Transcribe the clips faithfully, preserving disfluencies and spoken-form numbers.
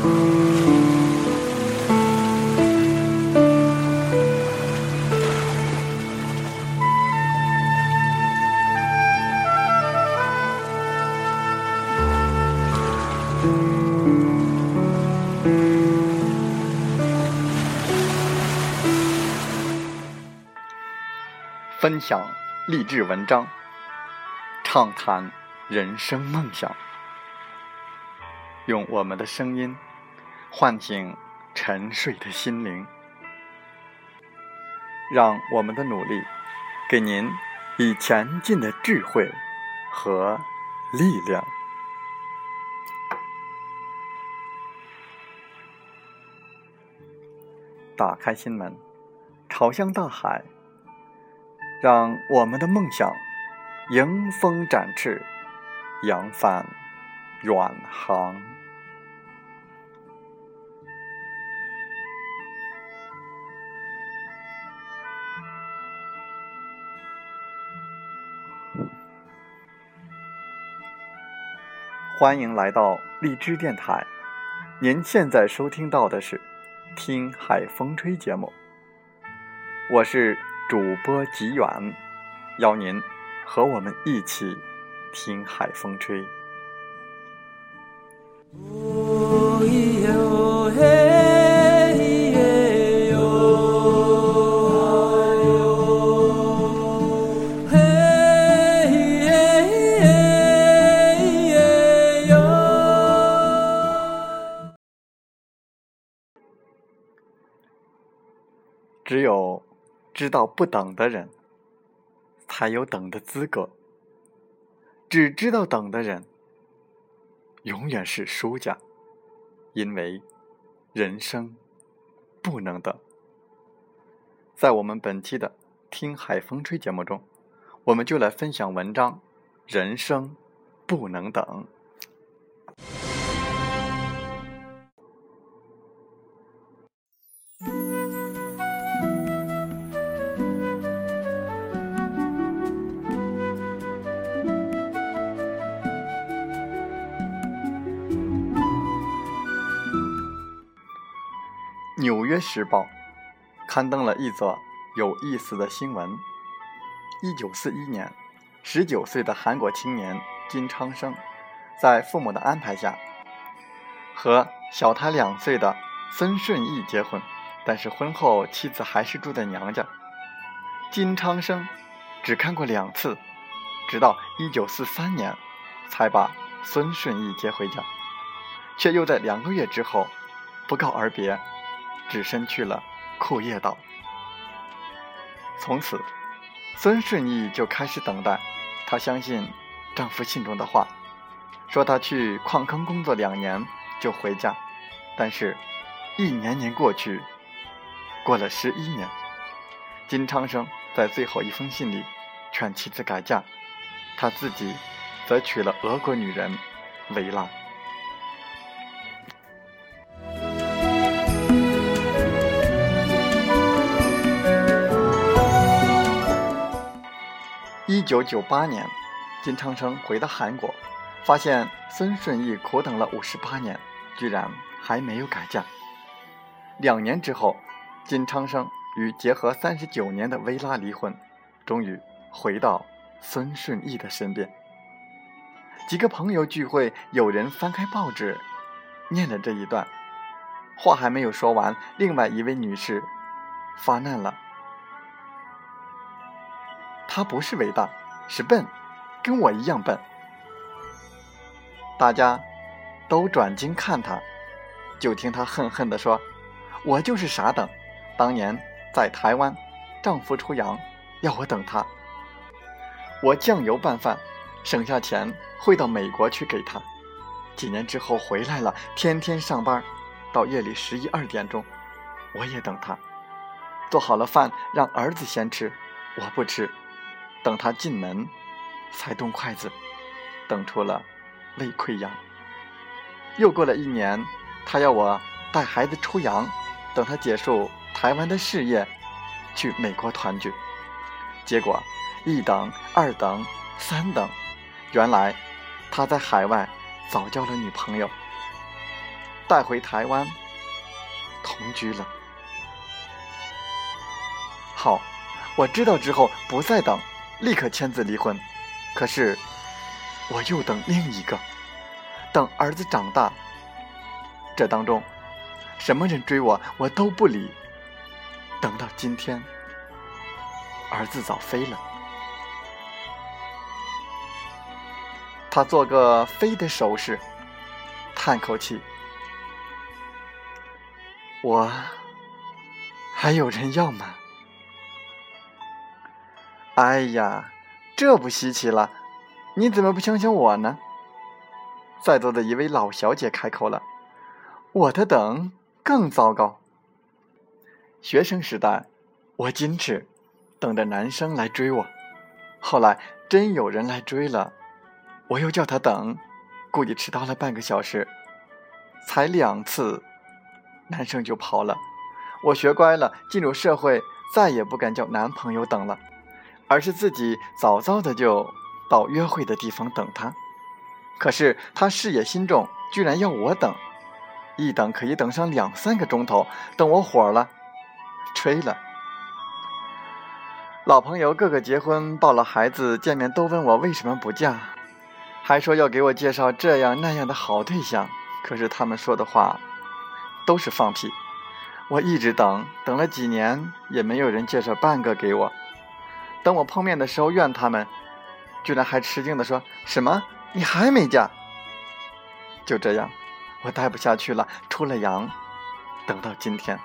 分享励志文章，畅谈人生梦想，用我们的声音唤醒沉睡的心灵，让我们的努力给您以前进的智慧和力量。打开心门，朝向大海，让我们的梦想迎风展翅，扬帆远航。欢迎来到荔枝电台，您现在收听到的是听海风吹节目，我是主播吉远，邀您和我们一起听海风吹。哦咿哟嘿耶哟，嘿耶耶哟。只有知道不等的人，才有等的资格。只知道等的人，永远是输家，因为人生不能等。在我们本期的听海风吹节目中，我们就来分享文章人生不能等。纽约时报刊登了一则有意思的新闻。一九四一年，十九岁的韩国青年金昌生在父母的安排下和小他两岁的孙顺义结婚，但是婚后妻子还是住在娘家。金昌生只看过两次，直到一九四三年才把孙顺义接回家，却又在两个月之后不告而别，只身去了库页岛。从此孙顺义就开始等待，她相信丈夫信中的话，说她去矿坑工作两年就回家。但是一年年过去，过了十一年，金昌生在最后一封信里劝妻子改嫁，他自己则娶了俄国女人维拉。一九九八年，金昌生回到韩国，发现孙顺义苦等了五十八年，居然还没有改嫁。两年之后，金昌生与结合三十九年的维拉离婚，终于回到孙顺义的身边。几个朋友聚会，有人翻开报纸念了这一段，话还没有说完，另外一位女士发难了。他不是伟大，是笨，跟我一样笨。大家都转睛看他，就听他恨恨地说，我就是傻等，当年在台湾丈夫出洋，要我等他，我酱油拌饭，省下钱汇到美国去给他，几年之后回来了，天天上班到夜里十一二点钟，我也等他，做好了饭让儿子先吃，我不吃，等他进门才动筷子，等出了胃溃疡。又过了一年，他要我带孩子出洋，等他结束台湾的事业去美国团聚。结果一等二等三等，原来他在海外早交了女朋友。 带回台湾同居了。好，我知道之后不再等，立刻签字离婚。可是我又等另一个，等儿子长大。这当中什么人追我，我都不理。等到今天，儿子早飞了。他做个飞的手势，叹口气，我还有人要吗？哎呀，这不稀奇了，你怎么不想想我呢？在座的一位老小姐开口了，我的等更糟糕。学生时代，我矜持，等着男生来追我。后来真有人来追了，我又叫他等，估计迟到了半个小时，才两次，男生就跑了。我学乖了，进入社会，再也不敢叫男朋友等了，而是自己早早的就到约会的地方等他。可是他事业心重，居然要我等，一等可以等上两三个钟头，等我火了，吹了。老朋友个个结婚，抱了孩子，见面都问我为什么不嫁，还说要给我介绍这样那样的好对象。可是他们说的话都是放屁。我一直等，等了几年，也没有人介绍半个给我。等我碰面的时候怨他们，居然还吃惊地说，什么？你还没嫁？就这样，我待不下去了，出了洋，等到今天。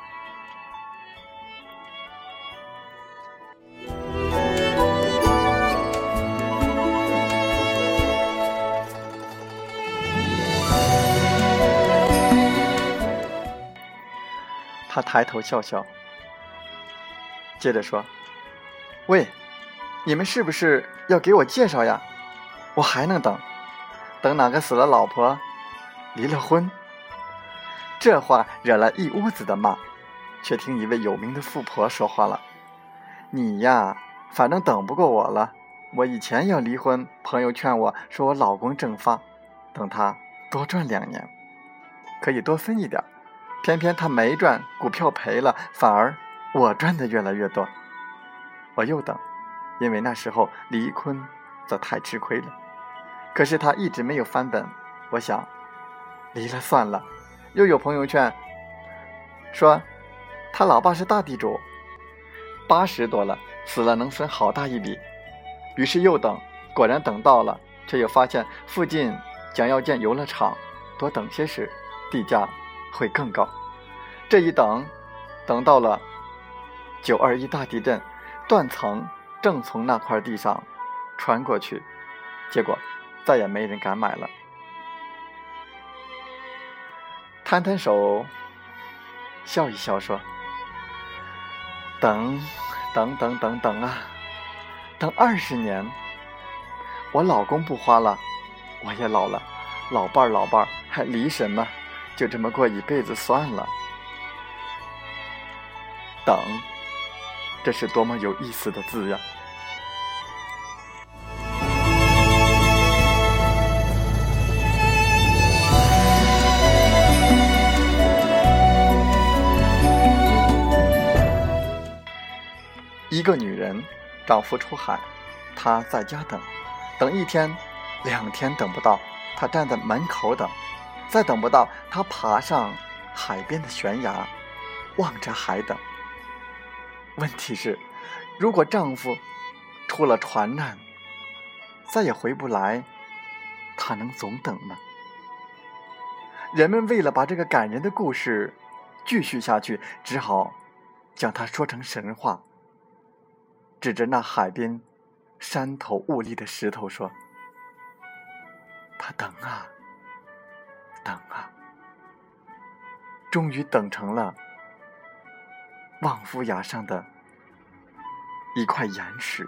他抬头笑笑，接着说，喂，你们是不是要给我介绍呀？我还能等，等哪个死了老婆，离了婚？这话惹来一屋子的骂，却听一位有名的富婆说话了，你呀，反正等不过我了。我以前要离婚，朋友劝我说我老公正发，等他多赚两年，可以多分一点，偏偏他没赚，股票赔了，反而我赚的越来越多。我又等，因为那时候离婚则太吃亏了。可是他一直没有翻本，我想离了算了。又有朋友劝说他老爸是大地主，八十多了，死了能分好大一笔。于是又等，果然等到了，却又发现附近将要建游乐场，多等些时地价会更高。这一等，等到了九二一大地震，断层正从那块地上穿过去，结果再也没人敢买了。摊摊手，笑一笑说，等等等等等啊，等二十年，我老公不花了，我也老了，老伴儿老伴儿还离什么，就这么过一辈子算了。等，这是多么有意思的字呀！一个女人，丈夫出海，她在家等，等一天两天等不到，她站在门口等，再等不到，她爬上海边的悬崖，望着海等。问题是，如果丈夫出了船难，再也回不来，她能总等吗？人们为了把这个感人的故事继续下去，只好将它说成神话，指着那海边山头兀立的石头说，他等啊等啊，终于等成了望夫崖上的一块岩石。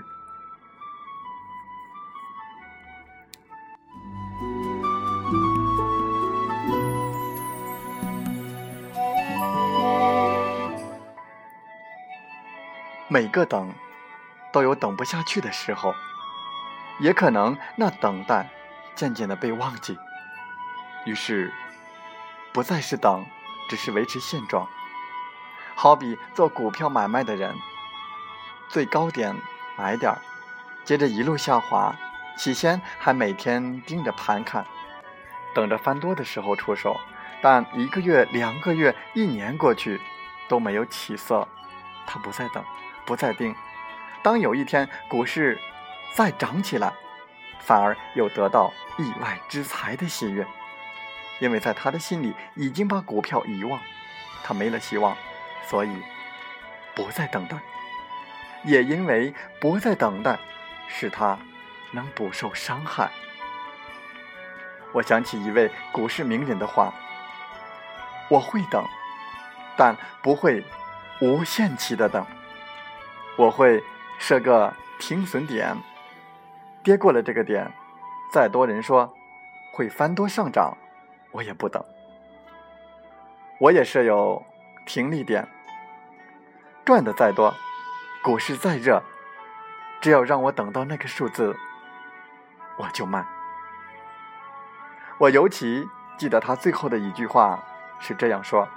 每个等都有等不下去的时候，也可能那等待渐渐的被忘记，于是不再是等，只是维持现状。好比做股票买卖的人，最高点买点，接着一路下滑，起先还每天盯着盘看，等着翻多的时候出手，但一个月、两个月、一年过去都没有起色，他不再等，不再盯。当有一天股市再涨起来，反而又得到意外之财的喜悦，因为在他的心里已经把股票遗忘，他没了希望，所以不再等待。也因为不再等待，使他能不受伤害。我想起一位股市名人的话：我会等，但不会无限期的等。我会设个停损点，跌过了这个点，再多人说会翻多上涨，我也不等。我也设有停利点，赚的再多，股市再热，只要让我等到那个数字，我就卖。我尤其记得他最后的一句话是这样说：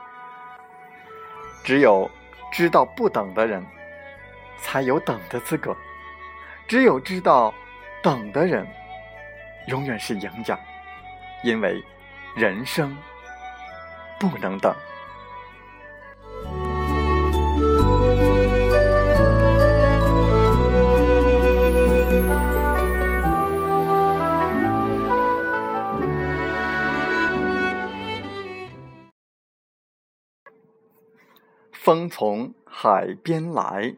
只有知道不等的人才有等的资格，只有知道等的人永远是赢家，因为人生不能等。风从海边来。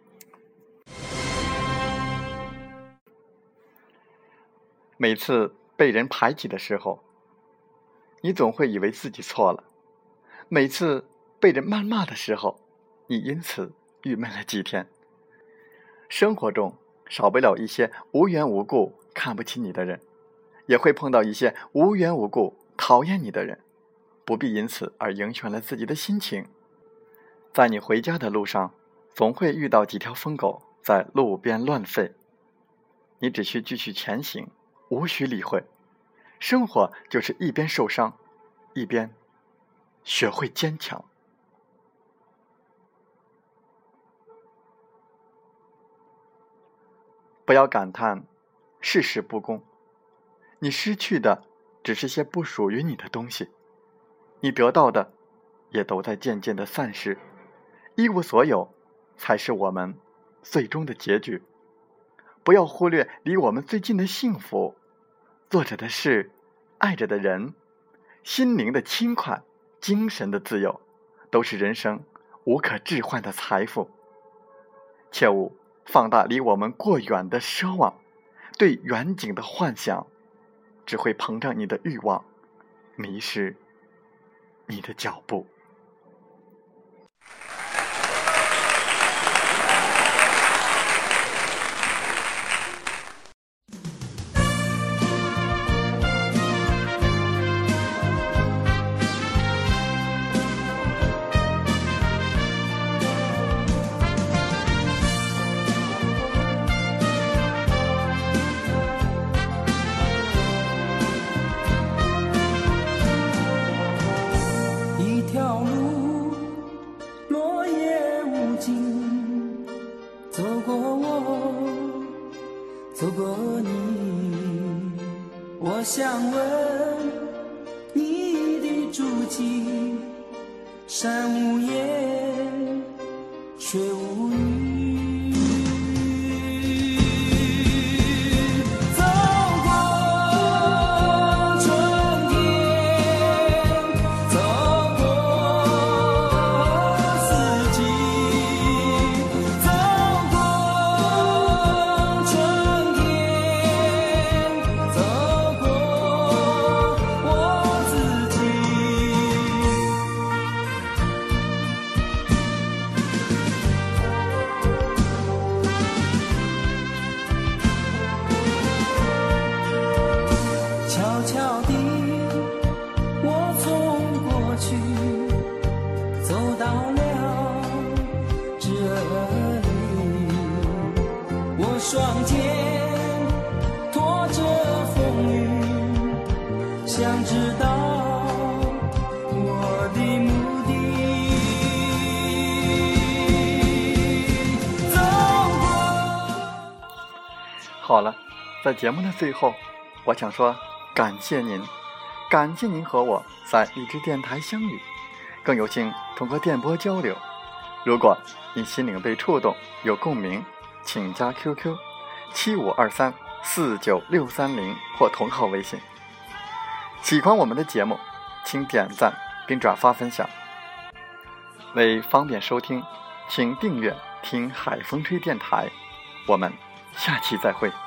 每次被人排挤的时候，你总会以为自己错了；每次被人谩骂的时候，你因此郁闷了几天。生活中少不了一些无缘无故看不起你的人，也会碰到一些无缘无故讨厌你的人，不必因此而影响了自己的心情。在你回家的路上，总会遇到几条疯狗在路边乱吠，你只需继续前行，无需理会。生活就是一边受伤，一边学会坚强。不要感叹世事不公，你失去的只是些不属于你的东西，你得到的也都在渐渐的散失。一无所有才是我们最终的结局。不要忽略离我们最近的幸福，做着的事，爱着的人，心灵的轻快，精神的自由，都是人生无可置换的财富。切勿放大离我们过远的奢望，对远景的幻想只会膨胀你的欲望，迷失你的脚步。 走过你，我想问你的足迹，山无言，水无语。走过春天，走过四季，走过春天，走过我自己。悄悄地，我从过去走到了这里，我双肩拖着风雨，想知道好了，在节目的最后，我想说感谢您，感谢您和我在荔枝电台相遇，更有幸通过电波交流。如果您心灵被触动，有共鸣，请加 Q Q 七五二三四九六三零或同号微信。喜欢我们的节目，请点赞并转发分享。为方便收听，请订阅听海风吹电台。我们下期再会。